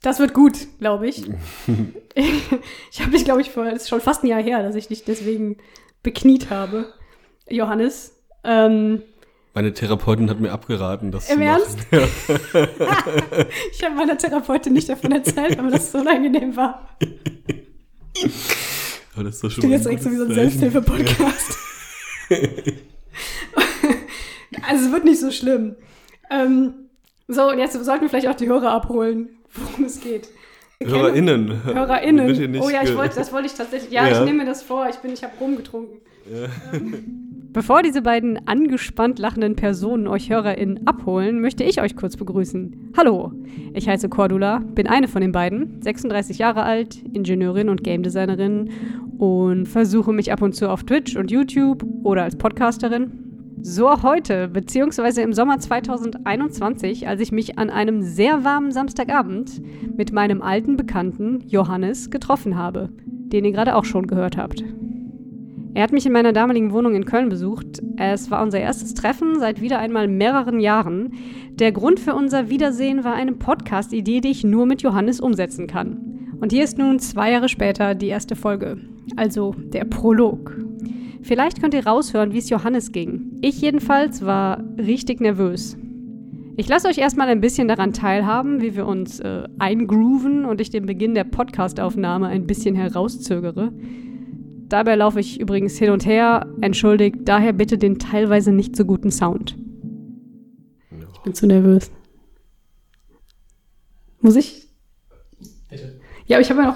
Das wird gut, glaube ich. Ich habe mich, glaube ich, es ist schon fast ein Jahr her, dass ich dich deswegen bekniet habe, Johannes. Meine Therapeutin hat mir abgeraten, das zu machen. Im Ernst? Ja. Ich habe meiner Therapeutin nicht davon erzählt, aber das so unangenehm war. Aber das ist doch schon du jetzt direkt so wie so ein Selbsthilfe-Podcast. Also es wird nicht so schlimm. So, und jetzt sollten wir vielleicht auch die Hörer abholen, worum es geht. HörerInnen. Oh ja, das wollte ich tatsächlich. Ja, ich nehme mir das vor. Ich habe rumgetrunken. Ja. Bevor diese beiden angespannt lachenden Personen euch HörerInnen abholen, möchte ich euch kurz begrüßen. Hallo, ich heiße Cordula, bin eine von den beiden, 36 Jahre alt, Ingenieurin und Game Designerin und versuche mich ab und zu auf Twitch und YouTube oder als Podcasterin. So auch heute, beziehungsweise im Sommer 2021, als ich mich an einem sehr warmen Samstagabend mit meinem alten Bekannten Johannes getroffen habe, den ihr gerade auch schon gehört habt. Er hat mich in meiner damaligen Wohnung in Köln besucht. Es war unser erstes Treffen seit wieder einmal mehreren Jahren. Der Grund für unser Wiedersehen war eine Podcast-Idee, die ich nur mit Johannes umsetzen kann. Und hier ist nun 2 Jahre später die erste Folge, also der Prolog. Vielleicht könnt ihr raushören, wie es Johannes ging. Ich jedenfalls war richtig nervös. Ich lasse euch erstmal ein bisschen daran teilhaben, wie wir uns eingrooven und ich den Beginn der Podcastaufnahme ein bisschen herauszögere. Dabei laufe ich übrigens hin und her, entschuldigt daher bitte den teilweise nicht so guten Sound. Ich bin zu nervös. Muss ich? Bitte. Ja, aber ich habe ja noch...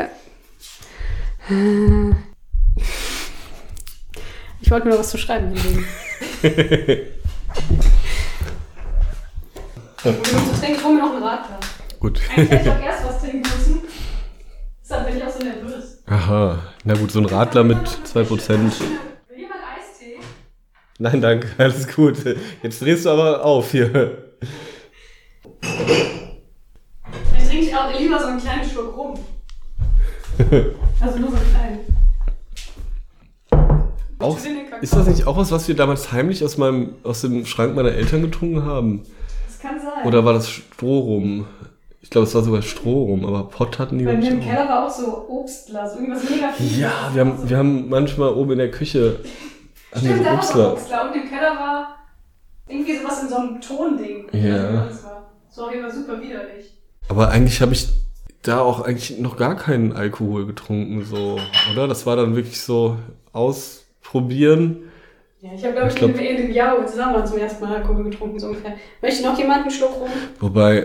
Ich wollte mir noch was zu schreiben hinlegen. Um zu trinken, hol mir noch einen Radler. Gut. Eigentlich hätte ich auch erst was trinken müssen. Deshalb bin ich auch so nervös. Aha, na gut, so ein Radler mit 2%. Will jemand Eistee? Nein, danke, alles gut. Jetzt drehst du aber auf hier. Ich trinke auch lieber so einen kleinen Schluck rum. Also nur so einen kleinen. Ist das nicht auch was wir damals heimlich aus dem Schrank meiner Eltern getrunken haben? Das kann sein. Oder war das Strohrum? Ich glaube, es war sogar Strohrum, aber Pott hatten die bei nicht. mir im Keller war auch so Obstglas, irgendwas mega viel. Ja, wir haben manchmal oben in der Küche Stimmt, da war auch Obstglas und im Keller war irgendwie sowas in so einem Tonding. Ja. Das war auf jeden Fall super widerlich. Aber eigentlich habe ich da auch eigentlich noch gar keinen Alkohol getrunken, so, oder? Das war dann wirklich so ausprobieren. Ja, ich habe, glaube ich, in dem Jahr, wo wir zusammen waren, zum ersten Mal Alkohol getrunken, so ungefähr. Möchte noch jemand einen Schluck rum? Wobei...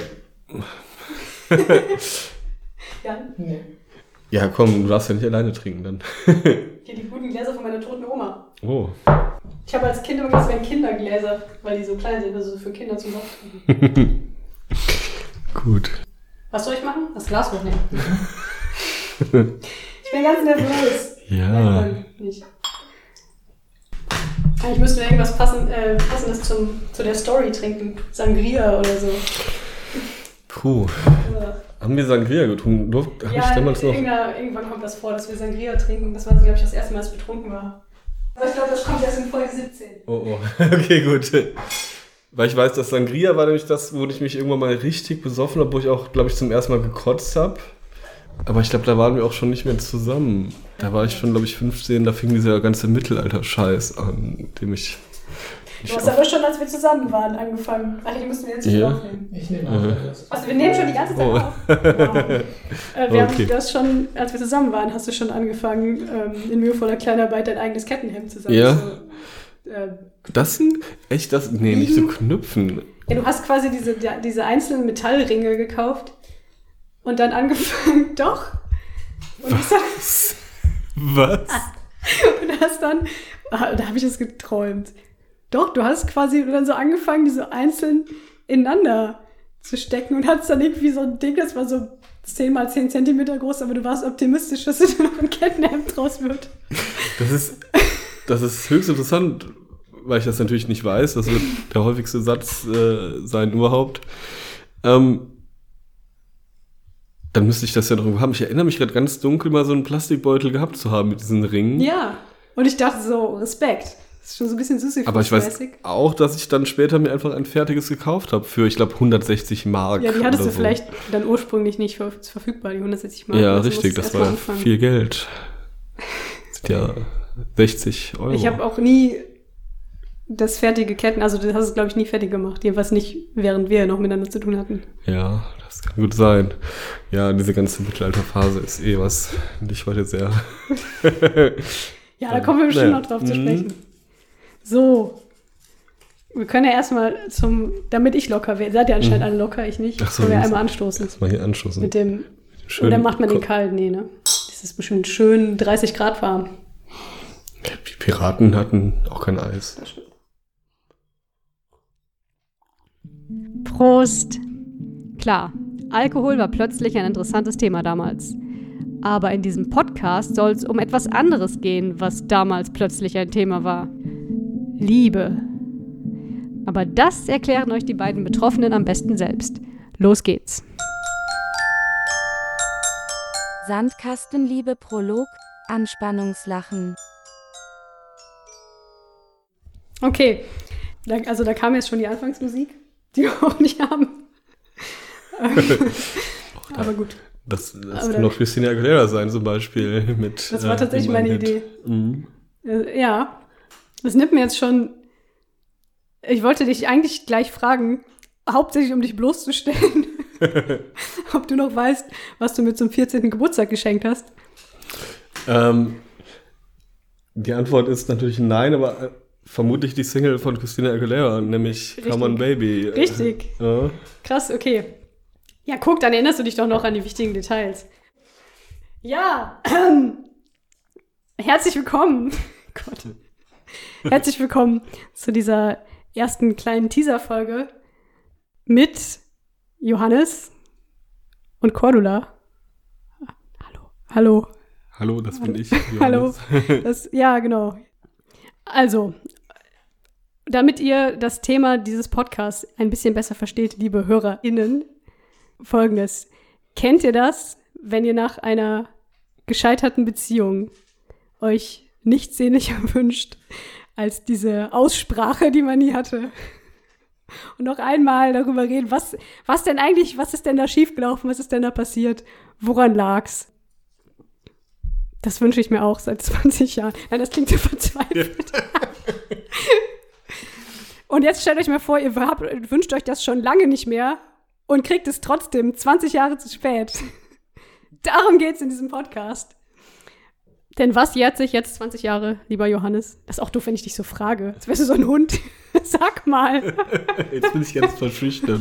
Ja? Nee. Ja, komm, du darfst ja nicht alleine trinken dann. Hier die guten Gläser von meiner toten Oma. Oh. Ich habe als Kind immer gesagt, es wären Kindergläser, weil die so klein sind, also für Kinder zum Sauftrinken. Gut. Was soll ich machen? Das Glas hochnehmen. Ich bin ganz nervös. Ja. Nein, nicht. Eigentlich müssten wir irgendwas Passendes zu der Story trinken. Sangria oder so. Puh. Haben wir Sangria getrunken? Hab ich damals noch? Irgendwann kommt das vor, dass wir Sangria trinken. Das war, glaube ich, das erste Mal, als ich betrunken war. Aber ich glaube, das kommt erst in Folge 17. Oh. Okay, gut. Weil ich weiß, dass Sangria war nämlich das, wo ich mich irgendwann mal richtig besoffen habe, wo ich auch, glaube ich, zum ersten Mal gekotzt habe. Aber ich glaube, da waren wir auch schon nicht mehr zusammen. Da war ich schon, glaube ich, 15, da fing dieser ganze Mittelalter-Scheiß an, dem ich... Du hast aber schon, als wir zusammen waren, angefangen. Ach, die müssen wir jetzt nicht aufnehmen. Ich nehme an. Also wir nehmen schon die ganze Zeit auf. Wow. Haben das schon, als wir zusammen waren, hast du schon angefangen, in mühevoller Kleinarbeit dein eigenes Kettenhemd zusammen Das sind? Echt das? Nee, nicht so Knüpfen. Ja, du hast quasi diese einzelnen Metallringe gekauft und dann angefangen, doch. Und was? Was? Und hast dann, da habe ich es geträumt. Doch, du hast quasi dann so angefangen, die so einzeln ineinander zu stecken und hattest dann irgendwie so ein Ding, das war so 10 mal 10 Zentimeter groß, aber du warst optimistisch, dass da noch ein Kettenhemd draus wird. Das ist höchst interessant, weil ich das natürlich nicht weiß. Das wird der häufigste Satz sein überhaupt. Dann müsste ich das ja noch irgendwo haben. Ich erinnere mich gerade ganz dunkel, mal so einen Plastikbeutel gehabt zu haben mit diesen Ringen. Ja, und ich dachte so, Respekt. Das ist schon so ein bisschen Sisyphus-mäßig. Aber ich weiß auch, dass ich dann später mir einfach ein fertiges gekauft habe für, ich glaube, 160 Mark. Ja, die hattest du vielleicht dann ursprünglich nicht verfügbar, die 160 Mark. Ja, richtig, das war viel Geld. Das sind ja 60 Euro. Ich habe auch nie das fertige Ketten, also das hast du, glaube ich, nie fertig gemacht. Jedenfalls nicht, während wir noch miteinander zu tun hatten. Ja, das kann gut sein. Ja, diese ganze Mittelalterphase ist was nicht heute sehr... Ja, da kommen wir bestimmt noch drauf zu sprechen. So, wir können ja erstmal damit ich locker werde. Seid ihr anscheinend alle locker, ich nicht. Ach so, können wir einmal anstoßen. Erstmal hier anstoßen. Mit dem oder macht man den kalt? Nee, ne? Das ist bestimmt schön 30 Grad warm. Die Piraten hatten auch kein Eis. Das stimmt. Prost! Klar, Alkohol war plötzlich ein interessantes Thema damals. Aber in diesem Podcast soll es um etwas anderes gehen, was damals plötzlich ein Thema war. Liebe. Aber das erklären euch die beiden Betroffenen am besten selbst. Los geht's. Sandkastenliebe Prolog, Anspannungslachen. Okay, da kam jetzt schon die Anfangsmusik, die wir auch nicht haben. Aber gut. Das kann noch Christina Aguilera sein, zum Beispiel. Das war tatsächlich meine Idee. Mhm. Ja, das nimmt mir jetzt schon... Ich wollte dich eigentlich gleich fragen, hauptsächlich um dich bloßzustellen, ob du noch weißt, was du mir zum 14. Geburtstag geschenkt hast. Die Antwort ist natürlich nein, aber vermutlich die Single von Christina Aguilera, nämlich Richtig. Come on Baby. Richtig. Krass, okay. Ja, guck, dann erinnerst du dich doch noch an die wichtigen Details. Ja, herzlich willkommen. Gott. Herzlich willkommen zu dieser ersten kleinen Teaser-Folge mit Johannes und Cordula. Hallo. Hallo, das bin ich. Hallo. Ja, genau. Also, damit ihr das Thema dieses Podcasts ein bisschen besser versteht, liebe HörerInnen, Folgendes. Kennt ihr das, wenn ihr nach einer gescheiterten Beziehung euch nichts sehnlicher wünscht als diese Aussprache, die man nie hatte? Und noch einmal darüber reden, was ist denn da schiefgelaufen, was ist denn da passiert, woran lag's? Das wünsche ich mir auch seit 20 Jahren. Nein, das klingt so verzweifelt. Und jetzt stellt euch mal vor, ihr wünscht euch das schon lange nicht mehr und kriegt es trotzdem 20 Jahre zu spät. Darum geht's in diesem Podcast. Denn was jährt sich jetzt 20 Jahre, lieber Johannes? Das ist auch doof, wenn ich dich so frage. Als wärst du so ein Hund. Sag mal. Jetzt bin ich ganz verschüchtert.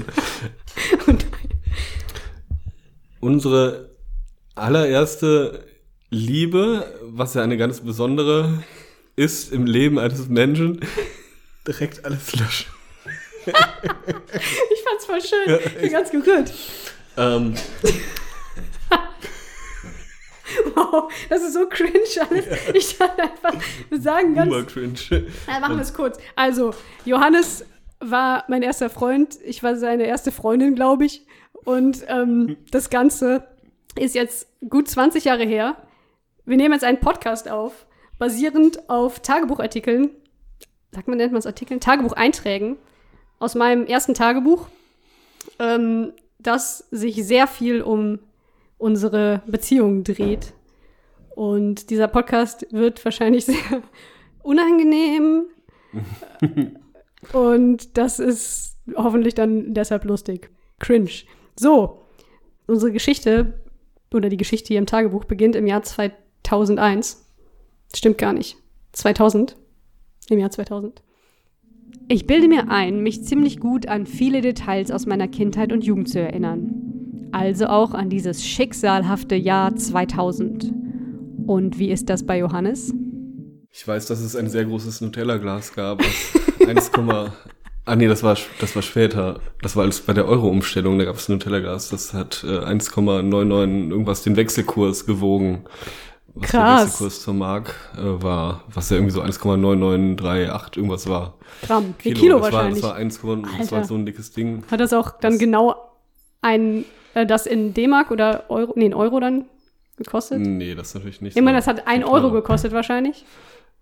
Unsere allererste Liebe, was ja eine ganz besondere ist im Leben eines Menschen, direkt alles löschen. Ich fand's voll schön. Ich bin ganz gerührt. Wow, das ist so cringe alles. Ich dachte einfach, wir sagen ganz... cringe. Ja, machen wir es kurz. Also, Johannes war mein erster Freund. Ich war seine erste Freundin, glaube ich. Und das Ganze ist jetzt gut 20 Jahre her. Wir nehmen jetzt einen Podcast auf, basierend auf Tagebuchartikeln. Nennt man es Artikeln? Tagebucheinträgen aus meinem ersten Tagebuch, das sich sehr viel um unsere Beziehung dreht. Und dieser Podcast wird wahrscheinlich sehr unangenehm. Und das ist hoffentlich dann deshalb lustig. Cringe. So, unsere Geschichte oder die Geschichte hier im Tagebuch beginnt im Jahr 2001. Stimmt gar nicht. 2000. Im Jahr 2000. Ich bilde mir ein, mich ziemlich gut an viele Details aus meiner Kindheit und Jugend zu erinnern. Also auch an dieses schicksalhafte Jahr 2000. Und wie ist das bei Johannes? Ich weiß, dass es ein sehr großes Nutella-Glas gab. 1, nee, das war später. Das war alles bei der Euro-Umstellung, da gab es ein Nutella-Glas. Das hat 1,99 irgendwas den Wechselkurs gewogen. Was Krass. Der Wechselkurs zur Mark war, was ja irgendwie so 1,9938 irgendwas war. Gramm, Kilo das wahrscheinlich. Das war so ein dickes Ding. Hat das auch dann genau das in D-Mark oder Euro, in Euro dann gekostet? Nee, das natürlich nicht. Ich meine, das hat 1 Euro gekostet wahrscheinlich.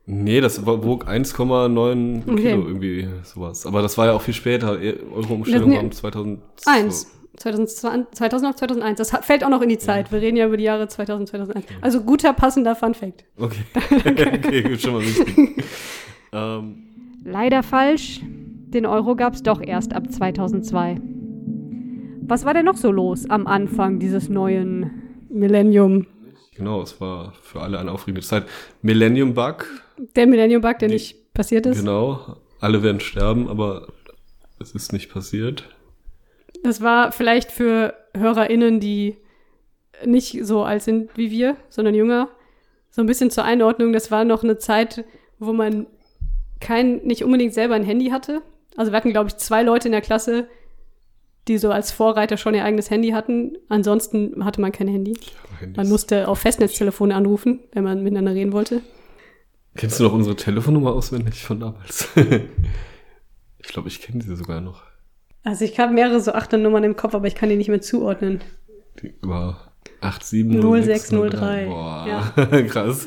Nee, das wog 1,9 Kilo irgendwie sowas. Aber das war ja auch viel später. Euro-Umstellung war 2001. 2000 auf 2001. Das fällt auch noch in die Zeit. Wir reden ja über die Jahre 2000, 2001. Also guter, passender Fun-Fact. Okay, okay, gut, schon mal wichtig. Leider falsch. Den Euro gab es doch erst ab 2002. Was war denn noch so los am Anfang dieses neuen Millennium? Genau, es war für alle eine aufregende Zeit. Millennium-Bug. Der Millennium-Bug, der nicht passiert ist. Genau, alle werden sterben, aber es ist nicht passiert. Das war vielleicht für HörerInnen, die nicht so alt sind wie wir, sondern jünger, so ein bisschen zur Einordnung. Das war noch eine Zeit, wo man nicht unbedingt selber ein Handy hatte. Also wir hatten, glaube ich, 2 Leute in der Klasse, die so als Vorreiter schon ihr eigenes Handy hatten. Ansonsten hatte man kein Handy. Man musste auf Festnetztelefone anrufen, wenn man miteinander reden wollte. Kennst du noch unsere Telefonnummer auswendig von damals? Ich glaube, ich kenne sie sogar noch. Also ich habe mehrere so 8er Nummern im Kopf, aber ich kann die nicht mehr zuordnen. Die war 870603. Boah, ja. Krass.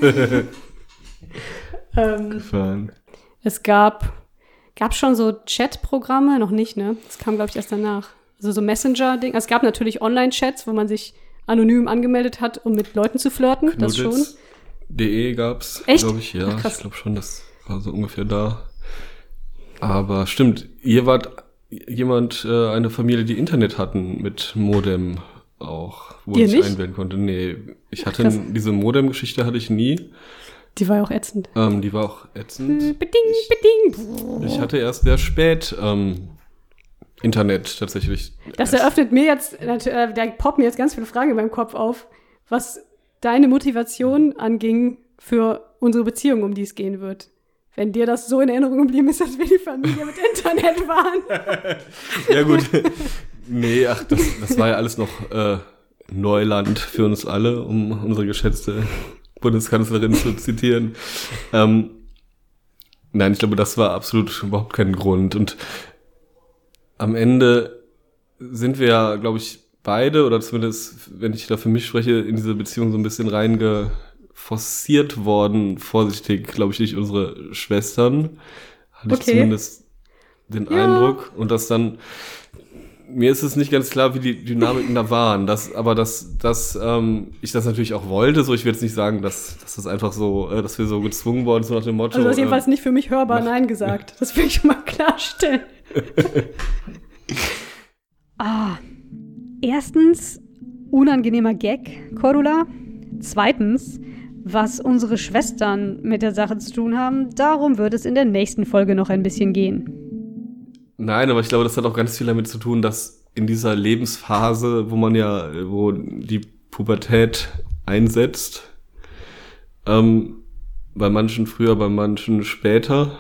Gefahren. Es gab schon so Chat-Programme, noch nicht, ne? Das kam, glaube ich, erst danach. Also so Messenger-Ding. Also es gab natürlich Online-Chats, wo man sich anonym angemeldet hat, um mit Leuten zu flirten. Knuddels. Das schon. .de gab's, glaube ich. Ja, ach, ich glaube schon, das war so ungefähr da. Aber stimmt, ihr wart eine Familie, die Internet hatten mit Modem auch, wo ich einwählen konnte. Nee, ich hatte diese Modem-Geschichte hatte ich nie. Die war ja auch ätzend. Die war auch ätzend. Beding. Ich hatte erst sehr spät Internet tatsächlich. Das eröffnet mir jetzt, da poppen mir jetzt ganz viele Fragen in meinem Kopf auf, was deine Motivation anging für unsere Beziehung, um die es gehen wird. Wenn dir das so in Erinnerung geblieben ist, dass wir die Familie mit Internet waren. Ja gut. Nee, ach, das war ja alles noch Neuland für uns alle, um unsere geschätzte Bundeskanzlerin zu zitieren. Nein, ich glaube, das war absolut überhaupt kein Grund. Und am Ende sind wir ja, glaube ich, beide, oder zumindest, wenn ich da für mich spreche, in diese Beziehung so ein bisschen reingeforciert worden, vorsichtig, glaube ich, durch unsere Schwestern. Hatte ich zumindest den Eindruck. Und dass dann, mir ist es nicht ganz klar, wie die Dynamiken da waren, dass ich das natürlich auch wollte, so, ich will jetzt nicht sagen, dass das einfach so, dass wir so gezwungen worden, so nach dem Motto. Also du hast jedenfalls nicht für mich hörbar Nein gesagt, das will ich schon mal klarstellen. Erstens, unangenehmer Gag, Cordula. Zweitens, was unsere Schwestern mit der Sache zu tun haben, darum wird es in der nächsten Folge noch ein bisschen gehen. Nein, aber ich glaube, das hat auch ganz viel damit zu tun, dass in dieser Lebensphase, wo die Pubertät einsetzt, bei manchen früher, bei manchen später,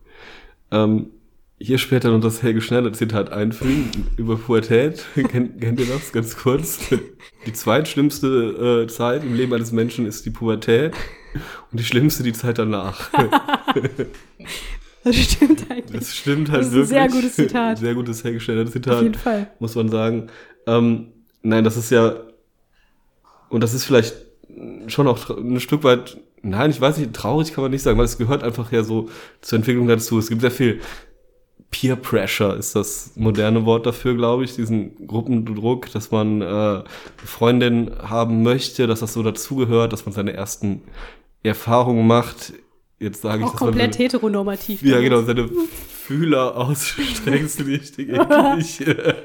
hier später noch das Helge Schneider-Zitat einfügen über Pubertät. Kennt ihr das ganz kurz? Die zweitschlimmste Zeit im Leben eines Menschen ist die Pubertät und die schlimmste die Zeit danach. Das stimmt eigentlich. Das stimmt halt das ist wirklich. Ein sehr gutes Zitat. Sehr gutes Helge Schneider-Zitat. Auf jeden Fall. Muss man sagen. Nein, das ist ja, und das ist vielleicht schon auch ein Stück weit, nein, ich weiß nicht, traurig kann man nicht sagen, weil es gehört einfach ja so zur Entwicklung dazu. Es gibt sehr viel Peer Pressure ist das moderne Wort dafür, glaube ich, diesen Gruppendruck, dass man eine Freundin haben möchte, dass das so dazugehört, dass man seine ersten Erfahrungen macht. Jetzt sage ich auch komplett heteronormativ. Ja, genau, seine Fühler ausstreckst, richtig eklig.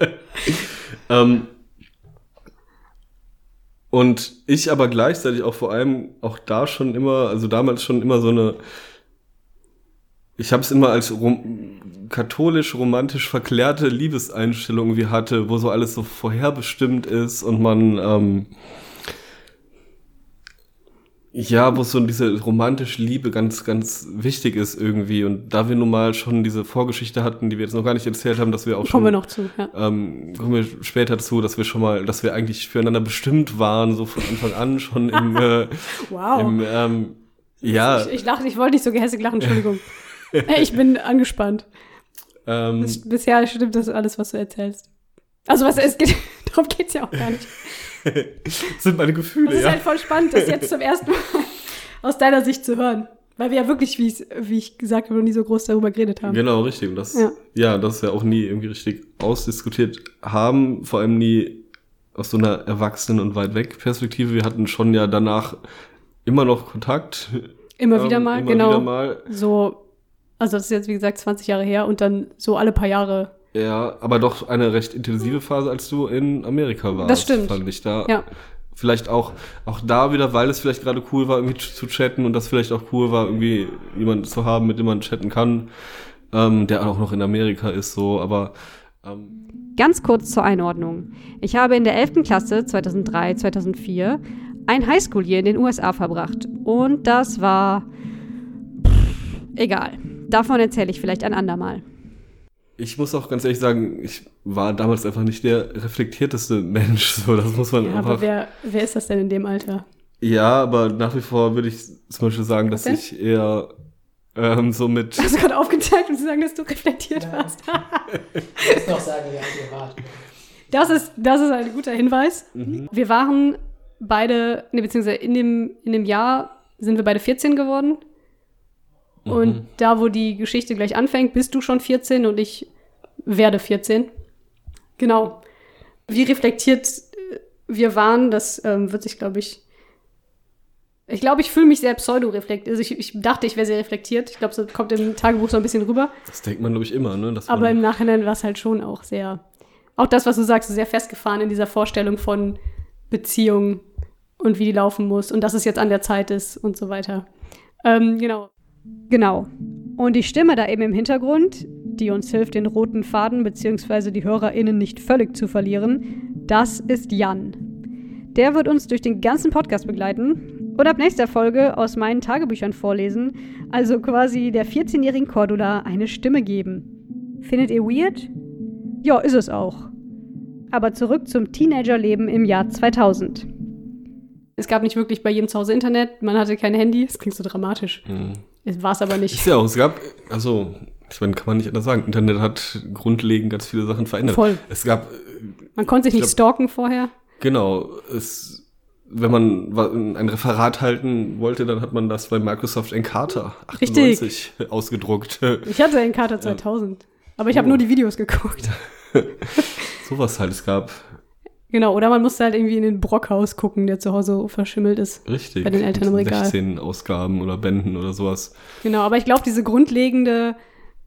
Und ich aber gleichzeitig auch vor allem auch da schon immer, also damals schon immer so eine, ich habe es immer als katholisch-romantisch verklärte Liebeseinstellung irgendwie hatte, wo so alles so vorherbestimmt ist und man, wo so diese romantische Liebe ganz, ganz wichtig ist irgendwie. Und da wir nun mal schon diese Vorgeschichte hatten, die wir jetzt noch gar nicht erzählt haben, dass wir auch kommen wir noch zu, ja. Kommen wir später zu, dass wir eigentlich füreinander bestimmt waren, so von Anfang an schon im, wow. Ja. Ich lache, ich wollte nicht so gehässig lachen, Entschuldigung. Ich bin angespannt. Bisher stimmt das alles, was du erzählst. Also darum geht's ja auch gar nicht. Das sind meine Gefühle, Das ist halt voll spannend, das jetzt zum ersten Mal aus deiner Sicht zu hören. Weil wir ja wirklich, wie ich gesagt habe, noch nie so groß darüber geredet haben. Genau, richtig. Und das das ja auch nie irgendwie richtig ausdiskutiert haben, vor allem nie aus so einer Erwachsenen- und weit weg Perspektive. Wir hatten schon ja danach immer noch Kontakt. Immer wieder mal. So, also das ist jetzt, wie gesagt, 20 Jahre her und dann so alle paar Jahre. Ja, aber doch eine recht intensive Phase, als du in Amerika warst. Das stimmt. Fand ich da. Ja. Vielleicht auch da wieder, weil es vielleicht gerade cool war, irgendwie zu chatten und das vielleicht auch cool war, irgendwie jemanden zu haben, mit dem man chatten kann, der auch noch in Amerika ist, so, aber Ganz kurz zur Einordnung. Ich habe in der 11. Klasse 2003, 2004 ein Highschool-Year in den USA verbracht und das war egal. Davon erzähle ich vielleicht ein andermal. Ich muss auch ganz ehrlich sagen, ich war damals einfach nicht der reflektierteste Mensch. So, das muss man einfach. Aber wer ist das denn in dem Alter? Ja, aber nach wie vor würde ich zum Beispiel sagen, dass ich eher so mit. Hast du gerade aufgezeigt, um zu sagen, dass du reflektiert warst? Ich muss noch sagen, wie alt ihr wart. Das ist ein guter Hinweis. Mhm. Wir waren beide, beziehungsweise in dem Jahr sind wir beide 14 geworden. Und da, wo die Geschichte gleich anfängt, bist du schon 14 und ich werde 14. Genau. Wie reflektiert wir waren, das wird sich, glaube ich fühle mich sehr pseudo-reflektiert. Also ich dachte, ich wäre sehr reflektiert. Ich glaube, das kommt im Tagebuch so ein bisschen rüber. Das denkt man, glaube ich, immer, ne? Aber im Nachhinein war es halt schon auch sehr, auch das, was du sagst, sehr festgefahren in dieser Vorstellung von Beziehungen und wie die laufen muss und dass es jetzt an der Zeit ist und so weiter. Genau. Und die Stimme da eben im Hintergrund, die uns hilft, den roten Faden bzw. die HörerInnen nicht völlig zu verlieren, das ist Jan. Der wird uns durch den ganzen Podcast begleiten und ab nächster Folge aus meinen Tagebüchern vorlesen, also quasi der 14-jährigen Cordula eine Stimme geben. Findet ihr weird? Ja, ist es auch. Aber zurück zum Teenagerleben im Jahr 2000. Es gab nicht wirklich bei jedem zu Hause Internet, man hatte kein Handy, das klingt so dramatisch. Es war es aber nicht. Ist ja auch, ich meine, kann man nicht anders sagen, Internet hat grundlegend ganz viele Sachen verändert. Voll. Man konnte sich nicht stalken vorher. Genau, wenn man ein Referat halten wollte, dann hat man das bei Microsoft Encarta 98 ausgedruckt. Ich hatte Encarta 2000, aber ich habe nur die Videos geguckt. Sowas halt, es gab. Genau, oder man musste halt irgendwie in den Brockhaus gucken, der zu Hause verschimmelt ist. Richtig. Bei den Eltern im Regal. 16 Ausgaben oder Bänden oder sowas. Genau, aber ich glaube, diese grundlegende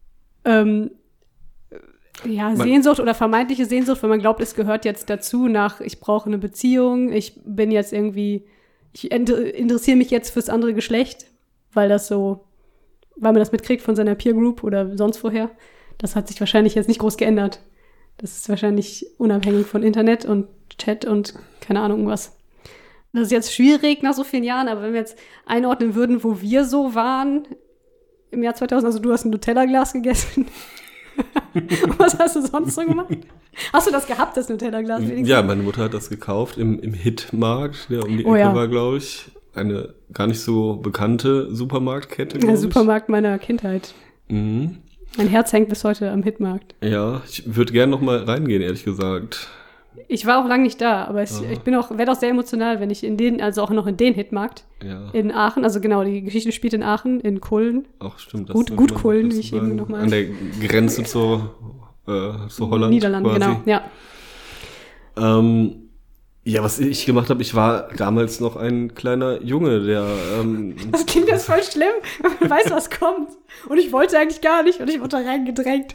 Sehnsucht oder vermeintliche Sehnsucht, wenn man glaubt, es gehört jetzt dazu, ich brauche eine Beziehung, ich bin jetzt irgendwie, ich interessiere mich jetzt fürs andere Geschlecht, weil man das mitkriegt von seiner Peer Group oder sonst woher. Das hat sich wahrscheinlich jetzt nicht groß geändert. Das ist wahrscheinlich unabhängig von Internet und Chat und keine Ahnung was. Das ist jetzt schwierig nach so vielen Jahren, aber wenn wir jetzt einordnen würden, wo wir so waren im Jahr 2000, also du hast ein Nutella-Glas gegessen. Was hast du sonst so gemacht? Hast du das gehabt, das Nutella-Glas? Ja, meine Mutter hat das gekauft im Hitmarkt, der um die Ecke war, glaube ich. Eine gar nicht so bekannte Supermarktkette, Der Supermarkt meiner Kindheit. Mhm. Mein Herz hängt bis heute am Hitmarkt. Ja, ich würde gerne noch mal reingehen, ehrlich gesagt. Ich war auch lange nicht da, aber ich werde auch sehr emotional, wenn ich also auch noch in den Hitmarkt in Aachen, also genau, die Geschichte spielt in Aachen, in Kullen. Ach stimmt. Gut Kullen, wie ich eben nochmal. An der Grenze zu Holland. Niederlanden, quasi. Genau, ja. Was ich gemacht habe, ich war damals noch ein kleiner Junge, der... das klingt jetzt voll schlimm, wenn man weiß, was kommt. Und ich wollte eigentlich gar nicht und ich wurde da reingedrängt.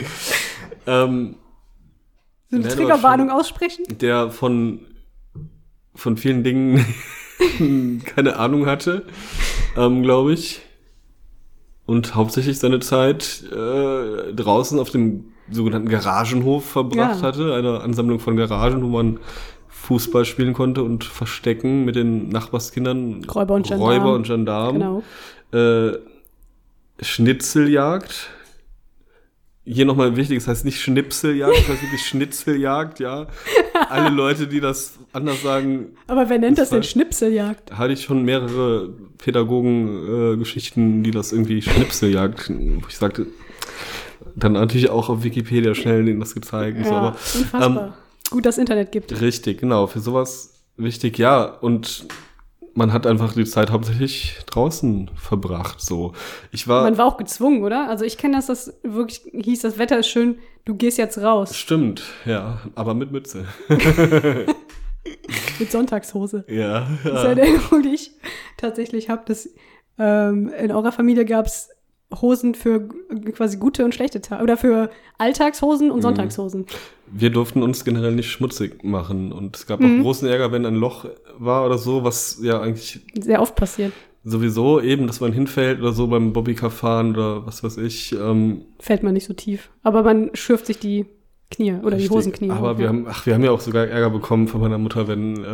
So eine Triggerwarnung aussprechen? Der von vielen Dingen keine Ahnung hatte, glaube ich. Und hauptsächlich seine Zeit draußen auf dem sogenannten Garagenhof verbracht hatte. Eine Ansammlung von Garagen, wo man Fußball spielen konnte und Verstecken mit den Nachbarskindern. Räuber und Gendarmen. Genau. Schnitzeljagd. Hier nochmal wichtig, das heißt nicht Schnipseljagd, das heißt wirklich Schnitzeljagd, ja. Alle Leute, die das anders sagen. Aber wer nennt das denn Schnipseljagd? Hatte ich schon mehrere Pädagogen-Geschichten, die das irgendwie Schnipseljagd, wo ich sagte, dann natürlich auch auf Wikipedia schnell denen das gezeigt. Ja, so, aber, unfassbar. Gut, dass es Internet gibt. Richtig, genau, für sowas wichtig, ja. Und man hat einfach die Zeit hauptsächlich draußen verbracht. So. Man war auch gezwungen, oder? Also ich kenne das wirklich hieß, das Wetter ist schön, du gehst jetzt raus. Stimmt, ja, aber mit Mütze. Mit Sonntagshose. Ja. Das ist eine Erinnerung, die ich tatsächlich habe, dass in eurer Familie gab es Hosen für quasi gute und schlechte Tage. Oder für Alltagshosen und Sonntagshosen. Wir durften uns generell nicht schmutzig machen. Und es gab auch großen Ärger, wenn ein Loch war oder so, was ja eigentlich sehr oft passiert. Sowieso eben, dass man hinfällt oder so beim Bobbycar-Fahren oder was weiß ich. Fällt man nicht so tief. Aber man schürft sich die Knie oder richtig. Die Hosenknie. Aber wir haben ja auch sogar Ärger bekommen von meiner Mutter, wenn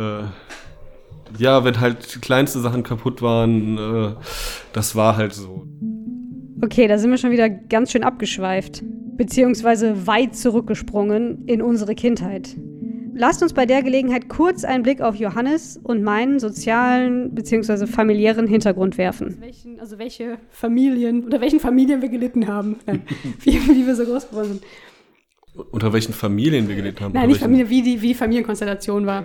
halt kleinste Sachen kaputt waren. Das war halt so. Okay, da sind wir schon wieder ganz schön abgeschweift. Beziehungsweise weit zurückgesprungen in unsere Kindheit. Lasst uns bei der Gelegenheit kurz einen Blick auf Johannes und meinen sozialen bzw. familiären Hintergrund werfen. Welche Familien oder welchen Familien wir gelitten haben. wie wir so groß geworden sind. Unter welchen Familien wir gelitten haben? Nein, nicht Familie, wie die Familienkonstellation war.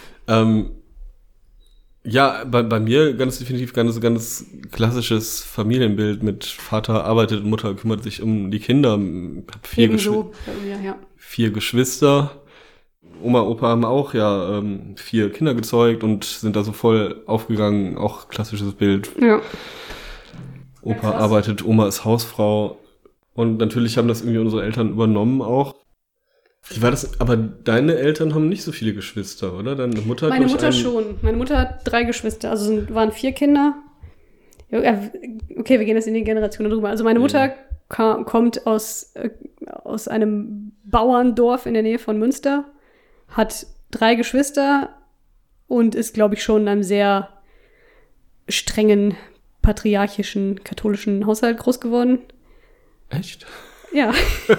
Ja, bei mir ganz definitiv ganz klassisches Familienbild mit Vater arbeitet und Mutter kümmert sich um die Kinder. Hab vier Geschwister. Oma, Opa haben auch 4 Kinder gezeugt und sind da so voll aufgegangen. Auch klassisches Bild. Ja. Opa arbeitet, Oma ist Hausfrau. Und natürlich haben das irgendwie unsere Eltern übernommen auch. Wie war das? Aber deine Eltern haben nicht so viele Geschwister, oder? Deine Mutter Meine Mutter schon. Meine Mutter hat 3 Geschwister. Also waren 4 Kinder. Okay, wir gehen jetzt in die Generationen drüber. Also meine Mutter kommt aus einem Bauerndorf in der Nähe von Münster, hat 3 Geschwister und ist, glaube ich, schon in einem sehr strengen, patriarchischen, katholischen Haushalt groß geworden. Echt? Ja.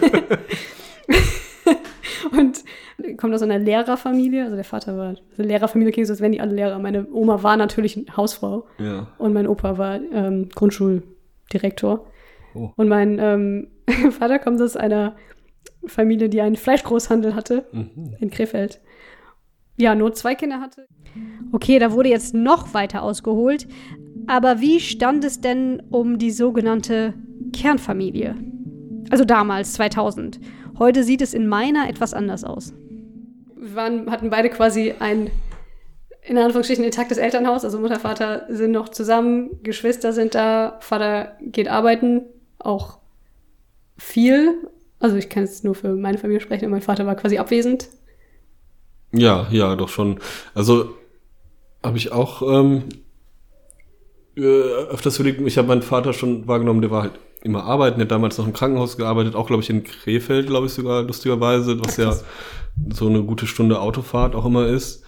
Und kommt aus einer Lehrerfamilie. Also der Vater war Lehrerfamilie, klingt so, als wären die alle Lehrer. Meine Oma war natürlich Hausfrau. Ja. Und mein Opa war Grundschuldirektor. Oh. Und mein Vater kommt aus einer Familie, die einen Fleischgroßhandel hatte in Krefeld. Ja, nur 2 Kinder hatte. Okay, da wurde jetzt noch weiter ausgeholt. Aber wie stand es denn um die sogenannte Kernfamilie? Also damals, 2000. Heute sieht es in meiner etwas anders aus. Wir hatten beide quasi ein, in Anführungsstrichen, intaktes Elternhaus. Also Mutter, Vater sind noch zusammen, Geschwister sind da, Vater geht arbeiten, auch viel. Also ich kann jetzt nur für meine Familie sprechen, und mein Vater war quasi abwesend. Ja, doch schon. Also habe ich auch öfters überlegt, ich habe meinen Vater schon wahrgenommen, der war halt immer arbeiten, der hat damals noch im Krankenhaus gearbeitet, auch, glaube ich, in Krefeld, glaube ich sogar, lustigerweise, was ja so eine gute Stunde Autofahrt auch immer ist.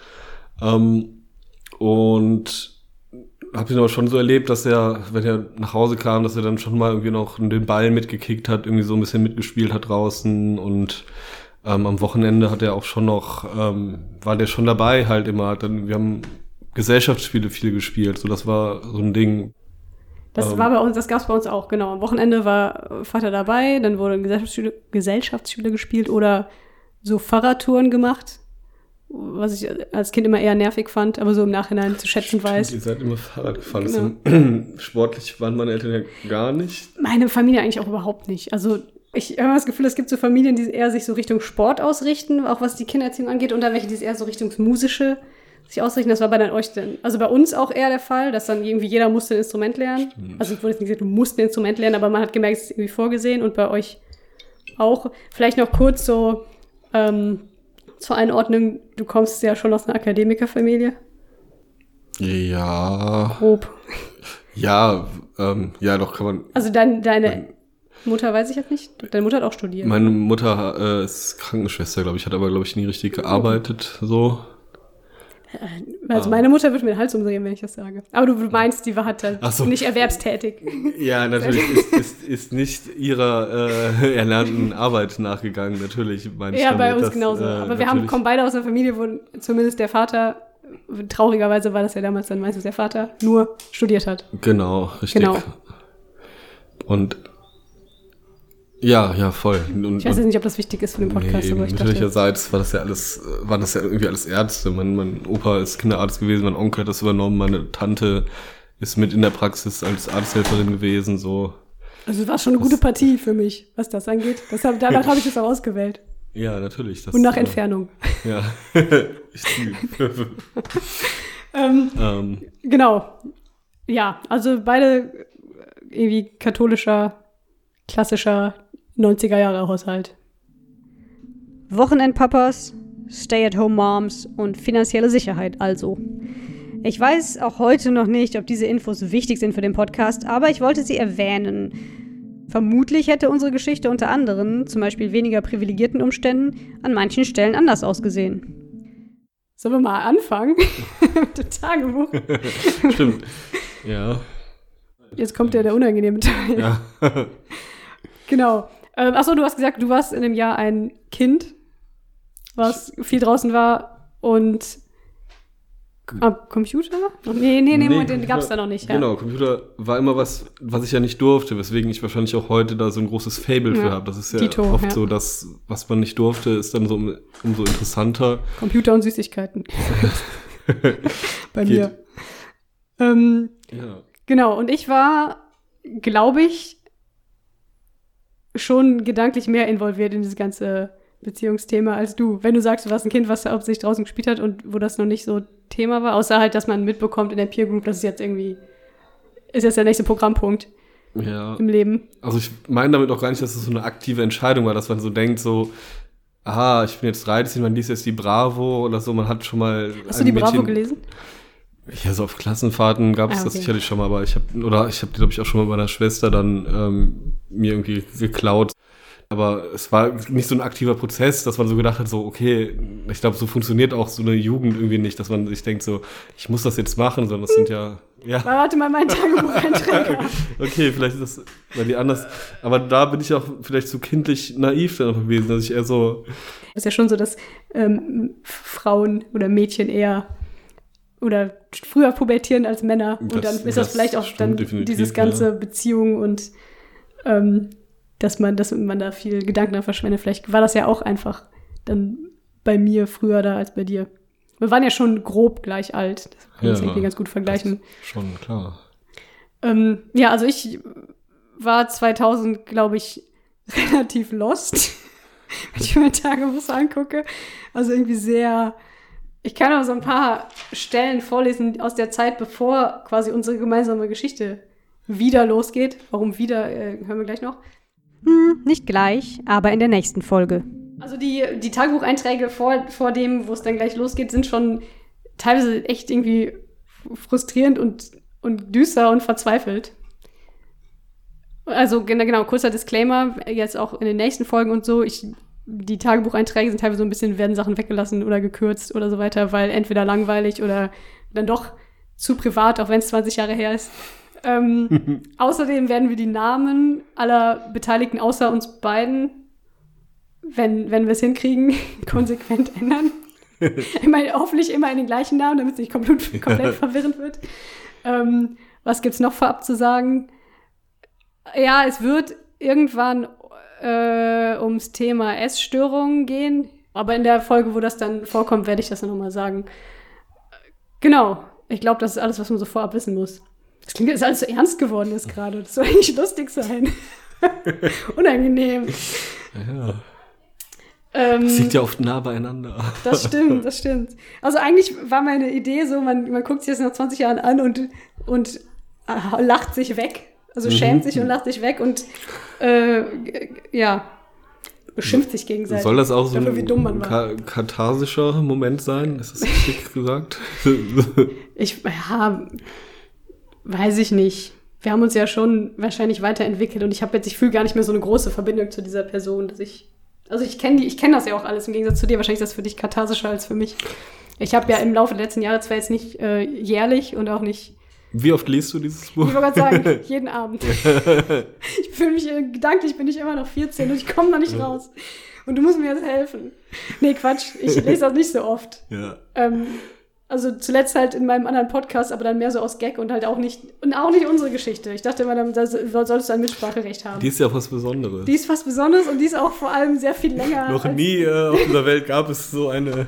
Und habe ihn aber schon so erlebt, dass er, wenn er nach Hause kam, dass er dann schon mal irgendwie noch den Ball mitgekickt hat, irgendwie so ein bisschen mitgespielt hat draußen und am Wochenende hat er auch schon noch, war der schon dabei halt immer, wir haben Gesellschaftsspiele viel gespielt, so das war so ein Ding. Das war bei uns, das gab's bei uns auch, genau. Am Wochenende war Vater dabei, dann wurden Gesellschaftsspiele gespielt oder so Fahrradtouren gemacht, was ich als Kind immer eher nervig fand, aber so im Nachhinein zu schätzen weiß. Ihr seid immer Fahrrad gefahren. Genau. Sportlich waren meine Eltern ja gar nicht. Meine Familie eigentlich auch überhaupt nicht. Also ich habe das Gefühl, es gibt so Familien, die eher sich so Richtung Sport ausrichten, auch was die Kindererziehung angeht, und dann welche, die eher so Richtung Musische sich ausrichten. Das war bei euch denn, also bei uns auch eher der Fall, dass dann irgendwie jeder musste ein Instrument lernen. Stimmt. Also ich wurde jetzt nicht gesagt, du musst ein Instrument lernen, aber man hat gemerkt, es ist irgendwie vorgesehen, und bei euch auch. Vielleicht noch kurz so zur Einordnung, du kommst ja schon aus einer Akademikerfamilie. Ja. Grob. Ja, doch kann man. Also deine Mutter weiß ich jetzt nicht. Deine Mutter hat auch studiert. Meine Mutter ist Krankenschwester, glaube ich, hat aber, glaube ich, nie richtig gearbeitet, so. Also meine Mutter wird mir den Hals umdrehen, wenn ich das sage. Aber du meinst, die hat halt nicht erwerbstätig. Ja, natürlich ist nicht ihrer erlernten Arbeit nachgegangen, natürlich. Ja, bei uns genauso. Aber wir kommen beide aus einer Familie, wo zumindest der Vater, traurigerweise war das ja damals dann meistens der Vater, nur studiert hat. Genau, richtig. Genau. Und Ja, voll. Ich weiß jetzt nicht, ob das wichtig ist für den Podcast, aber ich dachte... Mütterlicherseits waren das ja irgendwie alles Ärzte. Mein Opa ist Kinderarzt gewesen, mein Onkel hat das übernommen, meine Tante ist mit in der Praxis als Arzthelferin gewesen, so. Also war schon eine gute Partie für mich, was das angeht. Danach habe ich das auch ausgewählt. Ja, natürlich. Und nach Entfernung. Ja, ich Genau. Ja, also beide irgendwie katholischer, klassischer 90er-Jahre-Haushalt. Wochenendpapas, Stay-at-home-Moms und finanzielle Sicherheit also. Ich weiß auch heute noch nicht, ob diese Infos wichtig sind für den Podcast, aber ich wollte sie erwähnen. Vermutlich hätte unsere Geschichte unter anderen, zum Beispiel weniger privilegierten Umständen, an manchen Stellen anders ausgesehen. Sollen wir mal anfangen mit dem Tagebuch? Stimmt, ja. Jetzt kommt ja der unangenehme Teil. Ja. Genau. Achso, du hast gesagt, du warst in dem Jahr ein Kind, was viel draußen war und Computer? Nee, Moment, den gab's da noch nicht. Ja. Genau, Computer war immer was ich ja nicht durfte, weswegen ich wahrscheinlich auch heute da so ein großes Faible für habe. Das ist ja Dito, oft so, dass was man nicht durfte, ist dann so umso interessanter. Computer und Süßigkeiten. Bei mir. Ja. Genau, und ich war, glaube ich, schon gedanklich mehr involviert in dieses ganze Beziehungsthema als du. Wenn du sagst, du warst ein Kind, was hauptsächlich draußen gespielt hat und wo das noch nicht so Thema war, außer halt, dass man mitbekommt in der Peer Group, das ist jetzt der nächste Programmpunkt im Leben. Also ich meine damit auch gar nicht, dass es so eine aktive Entscheidung war, dass man so denkt, so, aha, ich bin jetzt 13, man liest jetzt die Bravo oder so, man hat schon mal... Hast du die Bravo gelesen? Ja, so auf Klassenfahrten gab es das sicherlich schon mal, aber ich habe die, glaube ich, auch schon mal bei meiner Schwester dann mir irgendwie geklaut. Aber es war nicht so ein aktiver Prozess, dass man so gedacht hat, so, okay, ich glaube, so funktioniert auch so eine Jugend irgendwie nicht, dass man sich denkt, so, ich muss das jetzt machen, sondern das sind ja. Warte mal, mein Tagebucheinträge. Okay, vielleicht ist das bei dir anders. Aber da bin ich auch vielleicht so kindlich naiv dann gewesen, dass ich eher so. Es ist ja schon so, dass Frauen oder Mädchen eher oder früher pubertieren als Männer. Und dann ist das vielleicht auch dann dieses ganze Beziehung und dass man da viel Gedanken daran verschwendet. Vielleicht war das ja auch einfach dann bei mir früher da als bei dir. Wir waren ja schon grob gleich alt. Das kann man irgendwie ganz gut vergleichen. Schon, klar. Also ich war 2000, glaube ich, relativ lost, wenn ich mir Tagebuch angucke. Also irgendwie sehr... Ich kann auch so ein paar Stellen vorlesen aus der Zeit, bevor quasi unsere gemeinsame Geschichte wieder losgeht. Warum wieder, hören wir gleich noch. Nicht gleich, aber in der nächsten Folge. Also die Tagebucheinträge vor dem, wo es dann gleich losgeht, sind schon teilweise echt irgendwie frustrierend und düster und verzweifelt. Also genau, kurzer Disclaimer, jetzt auch in den nächsten Folgen und so, die Tagebucheinträge sind teilweise so ein bisschen, werden Sachen weggelassen oder gekürzt oder so weiter, weil entweder langweilig oder dann doch zu privat, auch wenn es 20 Jahre her ist. Außerdem werden wir die Namen aller Beteiligten außer uns beiden, wenn wir es hinkriegen, konsequent ändern. Hoffentlich immer in den gleichen Namen, damit es nicht komplett verwirrend wird. Was gibt's noch vorab zu sagen? Ja, es wird irgendwann ums Thema Essstörungen gehen, aber in der Folge, wo das dann vorkommt, werde ich das dann nochmal sagen. Genau, ich glaube, das ist alles, was man so vorab wissen muss. Das klingt, als alles so ernst geworden ist gerade. Das soll eigentlich lustig sein. Unangenehm. Ja. Das liegt ja oft nah beieinander. Das stimmt. Also eigentlich war meine Idee so, man guckt sich das nach 20 Jahren an und lacht sich weg. Also schämt sich und lacht sich weg und beschimpft sich gegenseitig. Soll das auch so ein katharsischer Moment sein? Ist das richtig gesagt? Weiß ich nicht. Wir haben uns ja schon wahrscheinlich weiterentwickelt und ich fühle gar nicht mehr so eine große Verbindung zu dieser Person, dass ich kenne das ja auch alles im Gegensatz zu dir. Wahrscheinlich ist das für dich katharsischer als für mich. Ich habe ja im Laufe der letzten Jahre zwar jetzt nicht jährlich und auch nicht. Wie oft liest du dieses Buch? Ich wollte gerade sagen, jeden Abend. Ich fühle mich gedanklich, bin ich immer noch 14 und ich komme noch nicht raus. Und du musst mir jetzt helfen. Nee, Quatsch, ich lese das nicht so oft. Ja. Also zuletzt halt in meinem anderen Podcast, aber dann mehr so aus Gag und halt auch nicht unsere Geschichte. Ich dachte immer, da solltest du ein Mitspracherecht haben. Die ist ja was Besonderes. Die ist was Besonderes und die ist auch vor allem sehr viel länger. Noch nie auf dieser Welt gab es so eine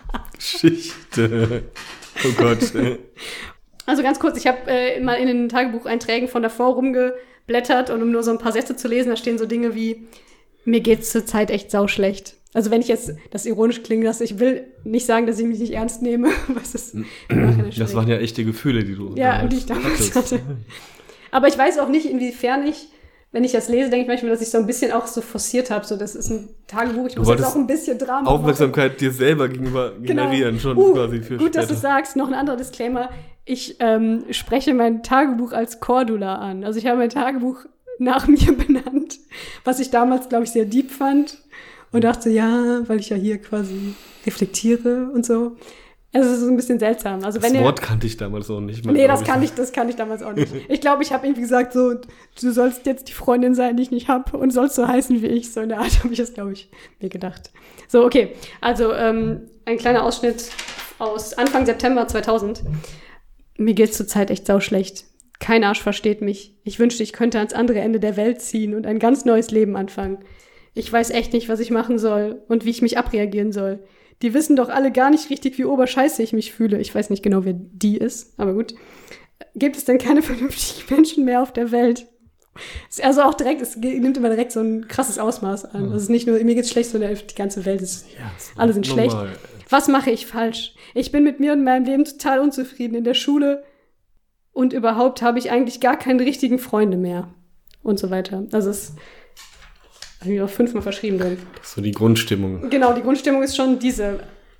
Geschichte. Oh Gott. Also ganz kurz, ich habe mal in den Tagebucheinträgen von davor rumgeblättert und um nur so ein paar Sätze zu lesen, da stehen so Dinge wie, mir geht's zur Zeit echt sauschlecht. Also wenn ich jetzt das ironisch klingen lasse, ich will nicht sagen, dass ich mich nicht ernst nehme. Das waren ja echte Gefühle, die du die ich damals hatte. Aber ich weiß auch nicht, inwiefern wenn ich das lese, denke ich manchmal, dass ich so ein bisschen auch so forciert habe. So, das ist ein Tagebuch, ich muss jetzt auch ein bisschen Drama Aufmerksamkeit dir selber gegenüber generieren, schon quasi für gut, später. Dass du sagst, noch ein anderer Disclaimer. Ich spreche mein Tagebuch als Cordula an. Also ich habe mein Tagebuch nach mir benannt, was ich damals, glaube ich, sehr deep fand. Und dachte, ja, weil ich ja hier quasi reflektiere und so. Also es ist ein bisschen seltsam. Also das Wort kannte ich damals auch nicht mehr. Nee, das kann ich damals auch nicht. Ich glaube, ich habe irgendwie gesagt, so, du sollst jetzt die Freundin sein, die ich nicht habe und sollst so heißen wie ich. So in der Art habe ich das, glaube ich, mir gedacht. So, okay. Also ein kleiner Ausschnitt aus Anfang September 2000. Mir geht's zurzeit echt sauschlecht. Kein Arsch versteht mich. Ich wünschte, ich könnte ans andere Ende der Welt ziehen und ein ganz neues Leben anfangen. Ich weiß echt nicht, was ich machen soll und wie ich mich abreagieren soll. Die wissen doch alle gar nicht richtig, wie oberscheiße ich mich fühle. Ich weiß nicht genau, wer die ist, aber gut. Gibt es denn keine vernünftigen Menschen mehr auf der Welt? Also auch direkt, es nimmt immer direkt so ein krasses Ausmaß an. Also es ist nicht nur, mir geht's schlecht, sondern die ganze Welt ist, alle sind normal. Schlecht. Was mache ich falsch? Ich bin mit mir und meinem Leben total unzufrieden in der Schule und überhaupt habe ich eigentlich gar keine richtigen Freunde mehr und so weiter. Also es habe ich auch 5-mal verschrieben drin. Das ist so die Grundstimmung. Genau, die Grundstimmung ist schon diese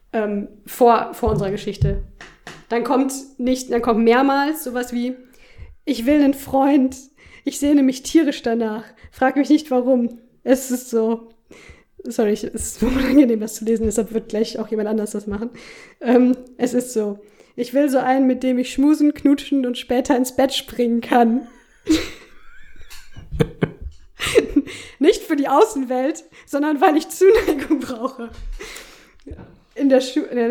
vor unserer Geschichte. Dann kommt mehrmals sowas wie, ich will einen Freund, ich sehne mich tierisch danach, frag mich nicht warum. Es ist so, sorry, es ist so unangenehm, das zu lesen, deshalb wird gleich auch jemand anders das machen. Es ist so, ich will so einen, mit dem ich schmusen, knutschen und später ins Bett springen kann. Nicht für die Außenwelt, sondern weil ich Zuneigung brauche. In der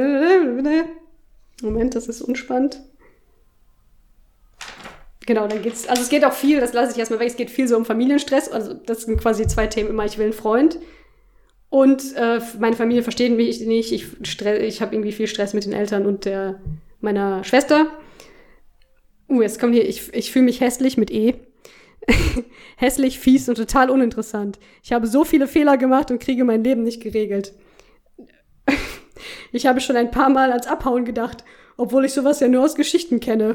Moment, das ist unspannend. Genau, dann geht's, also es geht auch viel, das lasse ich erstmal weg, es geht viel so um Familienstress, also das sind quasi 2 Themen immer, ich will einen Freund und meine Familie versteht mich nicht, ich habe irgendwie viel Stress mit den Eltern und meiner Schwester. Jetzt kommt hier, ich fühle mich hässlich mit E. Hässlich, fies und total uninteressant. Ich habe so viele Fehler gemacht und kriege mein Leben nicht geregelt. Ich habe schon ein paar Mal ans Abhauen gedacht, obwohl ich sowas ja nur aus Geschichten kenne.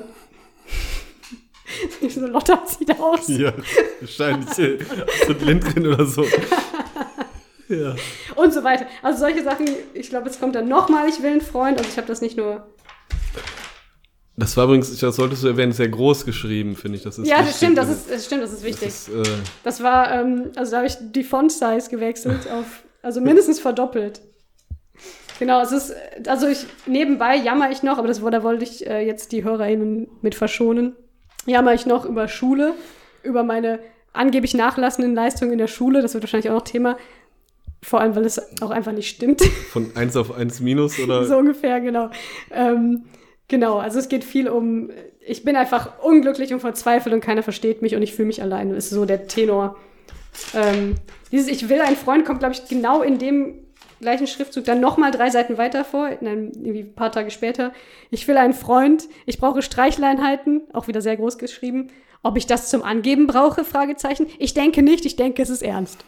So Lotta sieht aus. Ja, wahrscheinlich so Lindgren oder so. Ja. Und so weiter. Also solche Sachen, ich glaube, jetzt kommt dann nochmal, ich will einen Freund. Also ich habe das nicht nur... Das war übrigens, das solltest du erwähnen, sehr groß geschrieben, finde ich. Das ist ja, das wichtig. stimmt, das ist wichtig. Das war, also da habe ich die Font-Size gewechselt auf, also mindestens verdoppelt. Genau, nebenbei jammer ich noch, aber da wollte ich jetzt die HörerInnen mit verschonen. Jammer ich noch über Schule, über meine angeblich nachlassenden Leistungen in der Schule. Das wird wahrscheinlich auch noch Thema. Vor allem, weil es auch einfach nicht stimmt. Von 1 auf 1 minus, oder? So ungefähr, genau. Genau, also es geht viel um, ich bin einfach unglücklich und verzweifelt und keiner versteht mich und ich fühle mich allein. Das ist so der Tenor. Dieses Ich will einen Freund kommt, glaube ich, genau in dem gleichen Schriftzug dann nochmal 3 Seiten weiter vor, irgendwie ein paar Tage später. Ich will einen Freund, ich brauche Streichleinheiten, auch wieder sehr groß geschrieben. Ob ich das zum Angeben brauche? Fragezeichen. Ich denke nicht, ich denke, es ist ernst.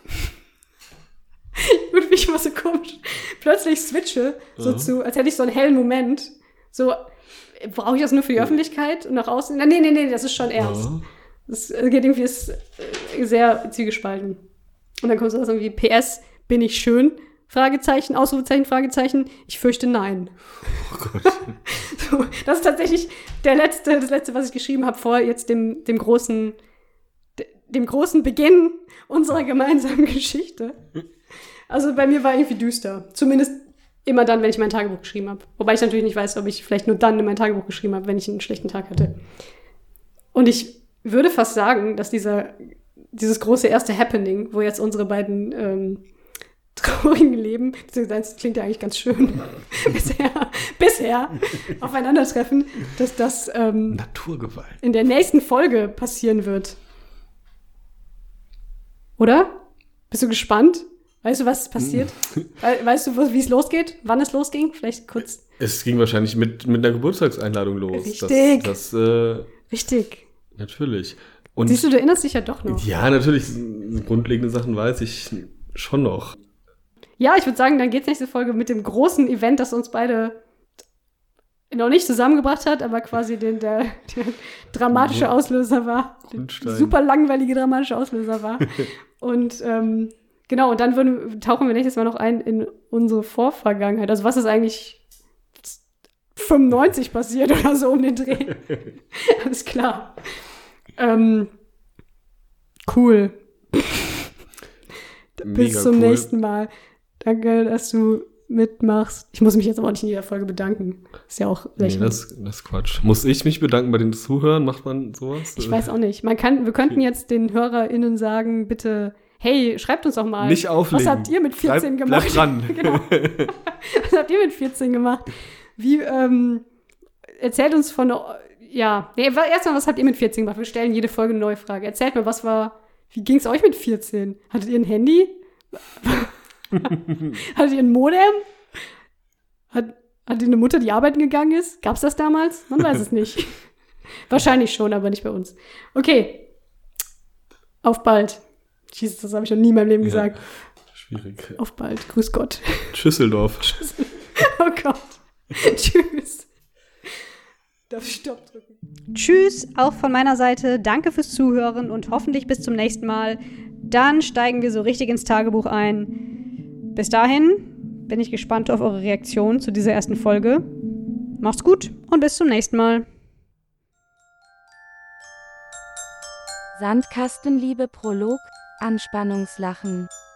Gut, mich immer so komisch. Plötzlich switche so zu, als hätte ich so einen hellen Moment. So, brauche ich das nur für die Öffentlichkeit und nach außen? Nee, das ist schon ernst. Das geht irgendwie sehr zwiegespalten. Und dann kommt so was irgendwie, PS, bin ich schön? Fragezeichen, Ausrufezeichen, Fragezeichen. Ich fürchte nein. Oh Gott. So, das ist tatsächlich das letzte, was ich geschrieben habe, vor jetzt dem großen Beginn unserer gemeinsamen Geschichte. Also bei mir war irgendwie düster. Zumindest immer dann, wenn ich mein Tagebuch geschrieben habe. Wobei ich natürlich nicht weiß, ob ich vielleicht nur dann in mein Tagebuch geschrieben habe, wenn ich einen schlechten Tag hatte. Und ich würde fast sagen, dass dieses große erste Happening, wo jetzt unsere beiden traurigen Leben, das klingt ja eigentlich ganz schön, bisher aufeinandertreffen, dass das Naturgewalt in der nächsten Folge passieren wird. Oder? Bist du gespannt? Weißt du, was passiert? Weißt du, wie es losgeht? Wann es losging? Vielleicht kurz. Es ging wahrscheinlich mit einer Geburtstagseinladung los. Richtig. Richtig. Natürlich. Und siehst du erinnerst dich ja doch noch. Ja, natürlich. Grundlegende Sachen weiß ich schon noch. Ja, ich würde sagen, dann geht's nächste Folge mit dem großen Event, das uns beide noch nicht zusammengebracht hat, aber quasi der dramatische Auslöser war. Der super langweilige dramatische Auslöser war. Und genau, und dann tauchen wir nächstes Mal noch ein in unsere Vorvergangenheit. Also was ist eigentlich 95 passiert oder so um den Dreh. Alles klar. Cool. Bis zum nächsten Mal. Danke, dass du mitmachst. Ich muss mich jetzt aber auch nicht in jeder Folge bedanken. Ist ja auch lächerlich. Nee, das ist Quatsch. Muss ich mich bedanken bei den Zuhörern? Macht man sowas? Ich weiß auch nicht. Wir könnten jetzt den HörerInnen sagen, bitte, hey, schreibt uns doch mal. Nicht auflegen. Was habt ihr mit 14 gemacht? Bleibt dran. Genau. Was habt ihr mit 14 gemacht? Wie, erzählt uns von, erstmal, was habt ihr mit 14 gemacht? Wir stellen jede Folge eine neue Frage. Erzählt mir, wie ging es euch mit 14? Hattet ihr ein Handy? Hattet ihr ein Modem? Hattet ihr eine Mutter, die arbeiten gegangen ist? Gab's das damals? Man weiß es nicht. Wahrscheinlich schon, aber nicht bei uns. Okay. Auf bald. Jesus, das habe ich noch nie in meinem Leben gesagt. Schwierig. Auf bald. Grüß Gott. Schüsseldorf. Oh Gott. Tschüss. Darf ich Stopp drücken? Tschüss, auch von meiner Seite. Danke fürs Zuhören und hoffentlich bis zum nächsten Mal. Dann steigen wir so richtig ins Tagebuch ein. Bis dahin bin ich gespannt auf eure Reaktion zu dieser ersten Folge. Macht's gut und bis zum nächsten Mal. Sandkastenliebe Prolog, Anspannungslachen.